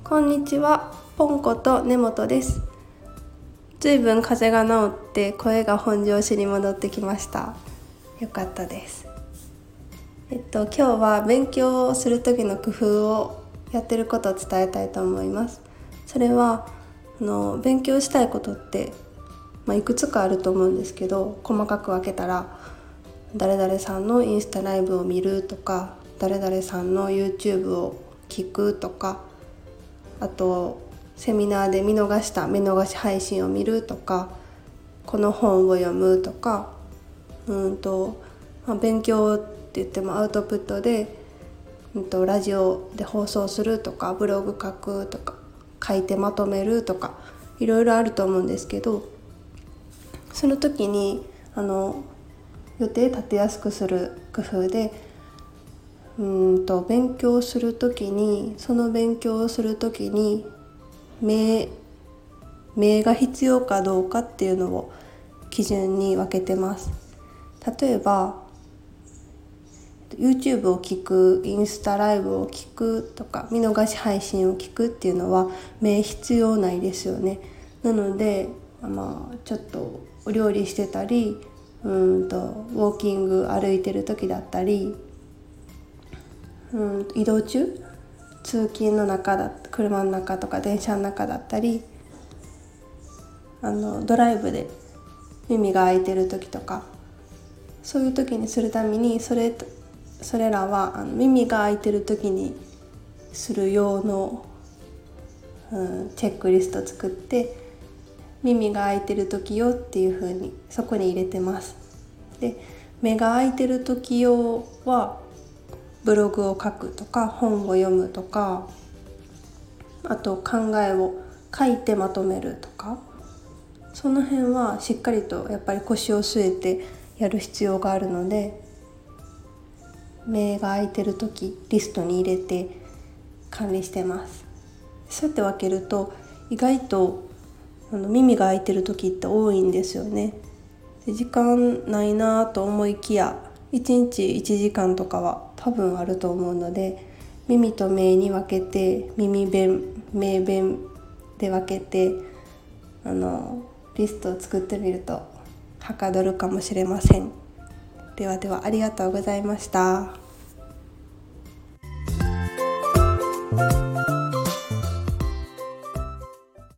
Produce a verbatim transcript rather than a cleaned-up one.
こんにちは、ポンこと根本です。ずいぶん風邪が治って声が本調子に戻ってきました。よかったです。えっと今日は勉強する時の工夫をやってることを伝えたいと思います。それはあの勉強したいことって、まあ、いくつかあると思うんですけど、細かく分けたら誰々さんのインスタライブを見るとか、誰々さんの YouTube を聞くとか、あとセミナーで見逃した見逃し配信を見るとか、この本を読むとか、うんと、まあ、勉強って言ってもアウトプットで、うんと、ラジオで放送するとか、ブログ書くとか、書いてまとめるとか、いろいろあると思うんですけど、その時にあの予定立てやすくする工夫で、うんと勉強するときにその勉強をするときに目目が必要かどうかっていうのを基準に分けてます。例えば YouTube を聞く、インスタライブを聞くとか、見逃し配信を聞くっていうのは目必要ないですよね。なので、まあ、ちょっとお料理してたり、うんとウォーキング歩いてる時だったり、うん、移動中、通勤の中だ車の中とか電車の中だったり、あのドライブで耳が開いてる時とか、そういう時にするためにそれそれらはあの耳が開いてる時にする用の、うん、チェックリスト作って、耳が開いてる時よっていう風にそこに入れてます。で、目が開いてる時用はブログを書くとか、本を読むとか、あと考えを書いてまとめるとか、その辺はしっかりとやっぱり腰を据えてやる必要があるので、目が開いてる時リストに入れて管理してます。そうやって分けると意外とあの耳が開いてる時って多いんですよね。で、時間ないなと思いきやいちにちいちじかんとかは多分あると思うので、耳と目に分けて、耳弁目弁で分けてあのリストを作ってみるとはかどるかもしれません。ではでは、ありがとうございました。